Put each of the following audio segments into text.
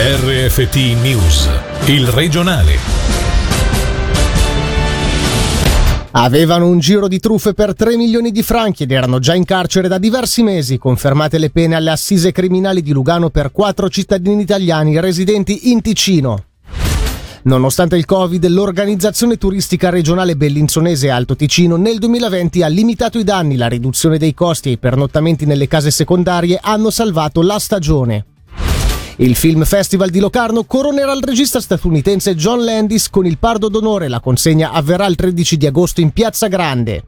RFT News, il regionale. Avevano un giro di truffe per 3 milioni di franchi ed erano già in carcere da diversi mesi, confermate le pene alle assise criminali di Lugano per 4 cittadini italiani residenti in Ticino. Nonostante il Covid, l'organizzazione turistica regionale bellinzonese Alto Ticino nel 2020 ha limitato i danni, la riduzione dei costi e i pernottamenti nelle case secondarie hanno salvato la stagione. Il Film Festival di Locarno coronerà il regista statunitense John Landis con il Pardo d'Onore. La consegna avverrà il 13 di agosto in Piazza Grande.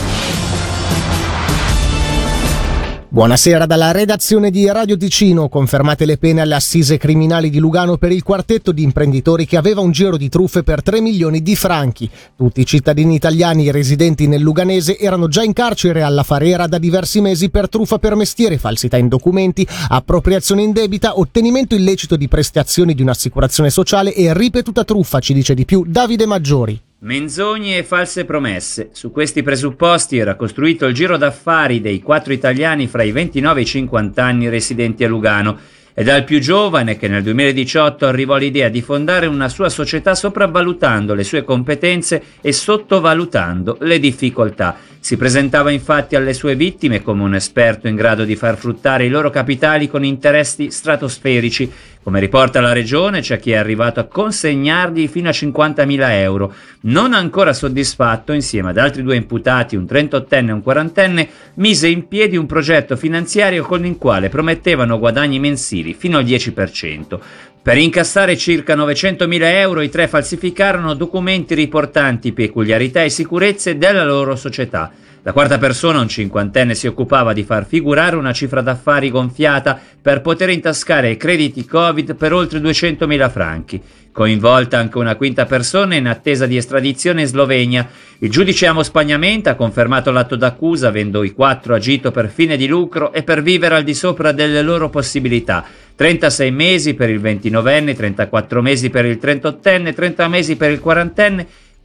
Buonasera dalla redazione di Radio Ticino. Confermate le pene alle assise criminali di Lugano per il quartetto di imprenditori che aveva un giro di truffe per 3 milioni di franchi. Tutti i cittadini italiani residenti nel Luganese erano già in carcere alla Farera da diversi mesi per truffa per mestiere, falsità in documenti, appropriazione indebita, ottenimento illecito di prestazioni di un'assicurazione sociale e ripetuta truffa, ci dice di più Davide Maggiori. Menzogne e false promesse. Su questi presupposti era costruito il giro d'affari dei 4 italiani fra i 29 e i 50 anni residenti a Lugano. È dal più giovane che nel 2018 arrivò l'idea di fondare una sua società sopravvalutando le sue competenze e sottovalutando le difficoltà. Si presentava infatti alle sue vittime come un esperto in grado di far fruttare i loro capitali con interessi stratosferici. Come riporta la Regione, c'è chi è arrivato a consegnargli fino a 50.000 euro. Non ancora soddisfatto, insieme ad altri 2 imputati, un 38enne e un 40enne, mise in piedi un progetto finanziario con il quale promettevano guadagni mensili fino al 10%. Per incassare circa 900.000 euro i 3 falsificarono documenti riportanti peculiarità e sicurezze della loro società. La quarta persona, un 50enne, si occupava di far figurare una cifra d'affari gonfiata per poter intascare crediti Covid per oltre 200.000 franchi. Coinvolta anche una quinta persona in attesa di estradizione in Slovenia. Il giudice Amo Spagnamenta ha confermato l'atto d'accusa, avendo i 4 agito per fine di lucro e per vivere al di sopra delle loro possibilità. 36 mesi per il 29enne, 34 mesi per il 38enne, 30 mesi per il 40enne,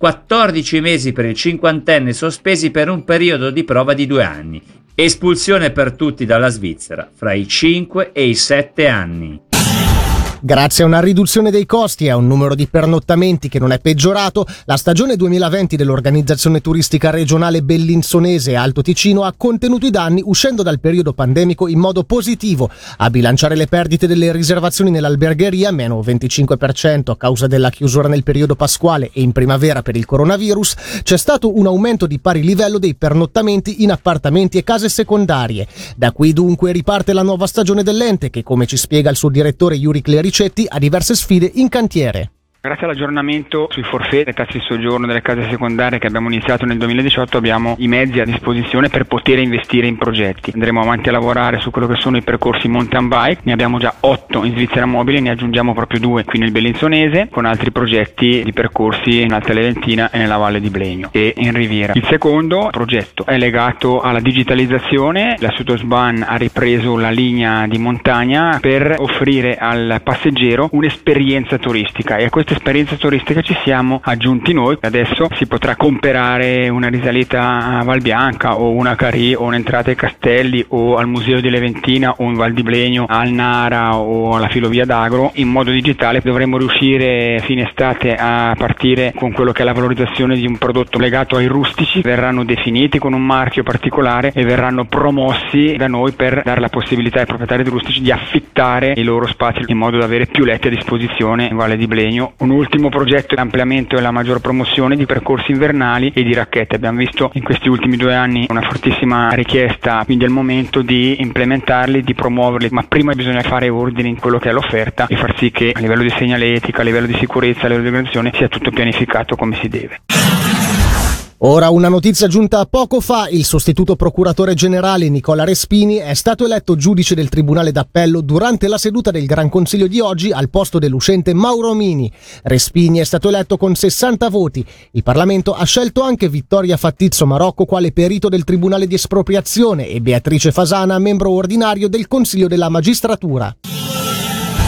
14 mesi per il 50enne sospesi per un periodo di prova di 2 anni. Espulsione per tutti dalla Svizzera fra i 5 e i 7 anni. Grazie a una riduzione dei costi e a un numero di pernottamenti che non è peggiorato, la stagione 2020 dell'organizzazione turistica regionale bellinzonese Alto Ticino ha contenuto i danni uscendo dal periodo pandemico in modo positivo. A bilanciare le perdite delle riservazioni nell'albergheria, meno 25% a causa della chiusura nel periodo pasquale e in primavera per il coronavirus, c'è stato un aumento di pari livello dei pernottamenti in appartamenti e case secondarie. Da qui dunque riparte la nuova stagione dell'ente che, come ci spiega il suo direttore Yuri Clericetti, ha diverse sfide in cantiere. Grazie all'aggiornamento sui forfait, le tasse di soggiorno delle case secondarie che abbiamo iniziato nel 2018, abbiamo i mezzi a disposizione per poter investire in progetti. Andremo avanti a lavorare su quello che sono i percorsi mountain bike, ne abbiamo già 8 in Svizzera Mobile, ne aggiungiamo proprio 2 qui nel Bellinzonese, con altri progetti di percorsi in Alta Leventina e nella Valle di Blegno e in Riviera. Il secondo progetto è legato alla digitalizzazione. La Sudosban ha ripreso la linea di montagna per offrire al passeggero un'esperienza turistica e a questa esperienza turistica ci siamo aggiunti noi. Adesso si potrà comprare una risalita a Val Bianca o una Carì o un'entrata ai castelli o al Museo di Leventina o in Val di Blegno, al Nara o alla Filovia d'Agro in modo digitale. Dovremmo riuscire a fine estate a partire con quello che è la valorizzazione di un prodotto legato ai rustici. Verranno definiti con un marchio particolare e verranno promossi da noi per dare la possibilità ai proprietari di rustici di affittare i loro spazi in modo da avere più letti a disposizione in Valle di Blegno. Un ultimo progetto è l'ampliamento e la maggior promozione di percorsi invernali e di racchette. Abbiamo visto in questi ultimi 2 anni una fortissima richiesta, quindi è il momento di implementarli, di promuoverli, ma prima bisogna fare ordine in quello che è l'offerta e far sì che a livello di segnaletica, a livello di sicurezza, a livello di organizzazione sia tutto pianificato come si deve. Ora una notizia giunta poco fa: il sostituto procuratore generale Nicola Respini è stato eletto giudice del Tribunale d'Appello durante la seduta del Gran Consiglio di oggi al posto dell'uscente Mauro Mini. Respini è stato eletto con 60 voti. Il Parlamento ha scelto anche Vittoria Fattizzo Marocco quale perito del Tribunale di Espropriazione e Beatrice Fasana membro ordinario del Consiglio della Magistratura.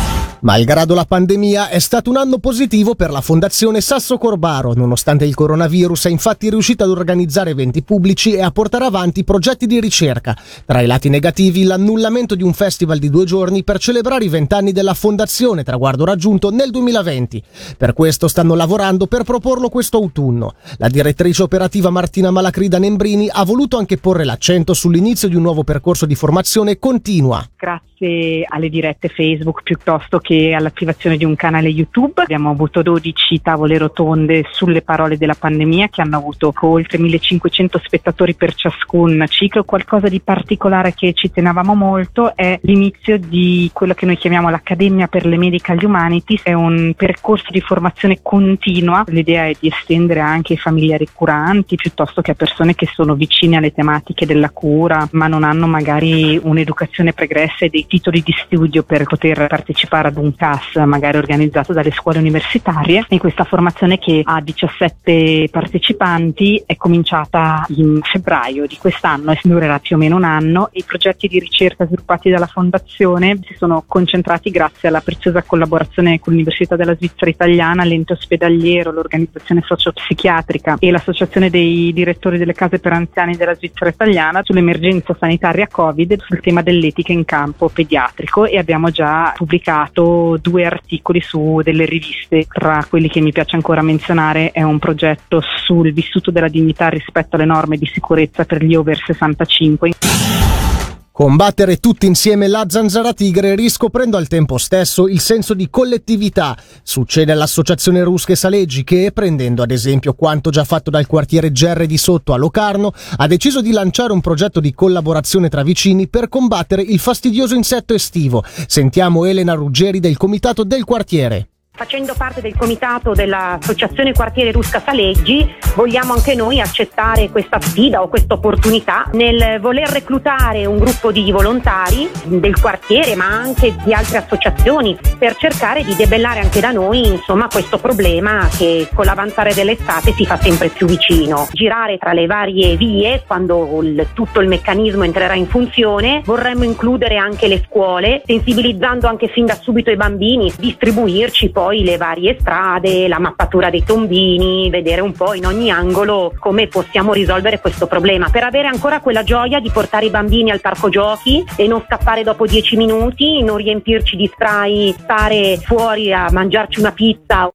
Malgrado la pandemia, è stato un anno positivo per la Fondazione Sasso Corbaro. Nonostante il coronavirus, è infatti riuscita ad organizzare eventi pubblici e a portare avanti progetti di ricerca. Tra i lati negativi, l'annullamento di un festival di 2 giorni per celebrare i 20 anni della Fondazione, traguardo raggiunto nel 2020. Per questo stanno lavorando per proporlo questo autunno. La direttrice operativa Martina Malacrida Nembrini ha voluto anche porre l'accento sull'inizio di un nuovo percorso di formazione continua. Grazie alle dirette Facebook piuttosto che all'attivazione di un canale YouTube abbiamo avuto 12 tavole rotonde sulle parole della pandemia che hanno avuto oltre 1500 spettatori per ciascun ciclo. Qualcosa di particolare che ci tenevamo molto è l'inizio di quello che noi chiamiamo l'Accademia per le Medical Humanities. È un percorso di formazione continua. L'idea è di estendere anche ai familiari curanti piuttosto che a persone che sono vicine alle tematiche della cura ma non hanno magari un'educazione pregressa e dei titoli di studio per poter partecipare ad un CAS magari organizzato dalle scuole universitarie. E questa formazione, che ha 17 partecipanti, è cominciata in febbraio di quest'anno e durerà più o meno un anno. I progetti di ricerca sviluppati dalla Fondazione si sono concentrati grazie alla preziosa collaborazione con l'Università della Svizzera Italiana, l'ente ospedaliero, l'organizzazione sociopsichiatrica e l'associazione dei direttori delle case per anziani della Svizzera Italiana sull'emergenza sanitaria Covid, sul tema dell'etica in campo pediatrico, e abbiamo già pubblicato 2 articoli su delle riviste. Tra quelli che mi piace ancora menzionare è un progetto sul vissuto della dignità rispetto alle norme di sicurezza per gli over 65. Combattere tutti insieme la zanzara tigre riscoprendo al tempo stesso il senso di collettività. Succede all'associazione Rusche Saleggi che, prendendo ad esempio quanto già fatto dal quartiere Gerre di Sotto a Locarno, ha deciso di lanciare un progetto di collaborazione tra vicini per combattere il fastidioso insetto estivo. Sentiamo Elena Ruggeri del comitato del quartiere. Facendo parte del comitato dell'associazione Quartiere Rusca Saleggi, vogliamo anche noi accettare questa sfida o questa opportunità nel voler reclutare un gruppo di volontari del quartiere ma anche di altre associazioni per cercare di debellare anche da noi questo problema che con l'avanzare dell'estate si fa sempre più vicino. Girare tra le varie vie quando tutto il meccanismo entrerà in funzione. Vorremmo includere anche le scuole, sensibilizzando anche fin da subito i bambini, distribuirci poi le varie strade, la mappatura dei tombini, vedere un po' in ogni angolo come possiamo risolvere questo problema per avere ancora quella gioia di portare i bambini al parco giochi e non scappare dopo 10 minuti, non riempirci di spray, stare fuori a mangiarci una pizza.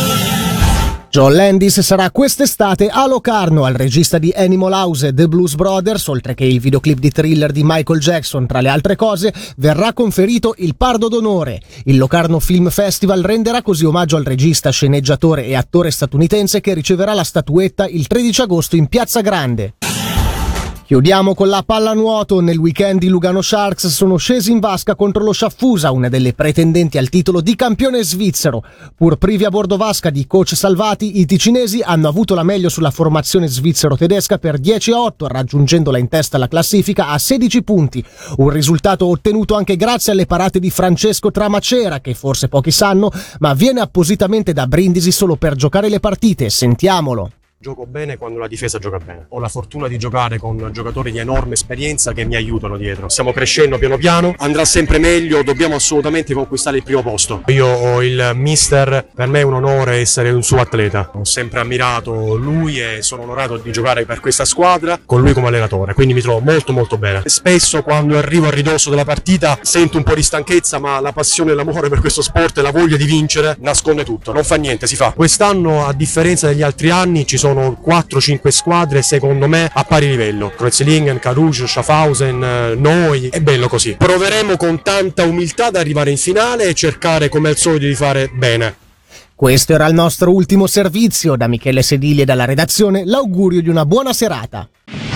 John Landis sarà quest'estate a Locarno. Al regista di Animal House e The Blues Brothers, oltre che il videoclip di Thriller di Michael Jackson, tra le altre cose, verrà conferito il Pardo d'Onore. Il Locarno Film Festival renderà così omaggio al regista, sceneggiatore e attore statunitense che riceverà la statuetta il 13 agosto in Piazza Grande. Chiudiamo con la pallanuoto. Nel weekend i Lugano Sharks sono scesi in vasca contro lo Sciaffusa, una delle pretendenti al titolo di campione svizzero. Pur privi a bordo vasca di coach salvati, i ticinesi hanno avuto la meglio sulla formazione svizzero-tedesca per 10-8, raggiungendola in testa alla classifica a 16 punti. Un risultato ottenuto anche grazie alle parate di Francesco Tramacera, che forse pochi sanno, ma viene appositamente da Brindisi solo per giocare le partite. Sentiamolo. Gioco bene quando la difesa gioca bene. Ho la fortuna di giocare con giocatori di enorme esperienza che mi aiutano dietro. Stiamo crescendo piano piano, andrà sempre meglio, dobbiamo assolutamente conquistare il primo posto. Io ho il mister, per me è un onore essere un suo atleta. Ho sempre ammirato lui e sono onorato di giocare per questa squadra con lui come allenatore, quindi mi trovo molto molto bene. Spesso quando arrivo a ridosso della partita sento un po' di stanchezza, ma la passione e l'amore per questo sport e la voglia di vincere nasconde tutto. Non fa niente, si fa. Quest'anno, a differenza degli altri anni, ci sono 4-5 squadre secondo me a pari livello. Kreuzlingen, Carouge, Schaffhausen, noi, è bello così. Proveremo con tanta umiltà ad arrivare in finale e cercare come al solito di fare bene. Questo era il nostro ultimo servizio. Da Michele Sedili e dalla redazione l'augurio di una buona serata.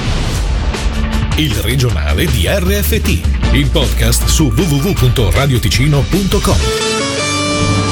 Il regionale di RFT, il podcast su www.radioticino.com.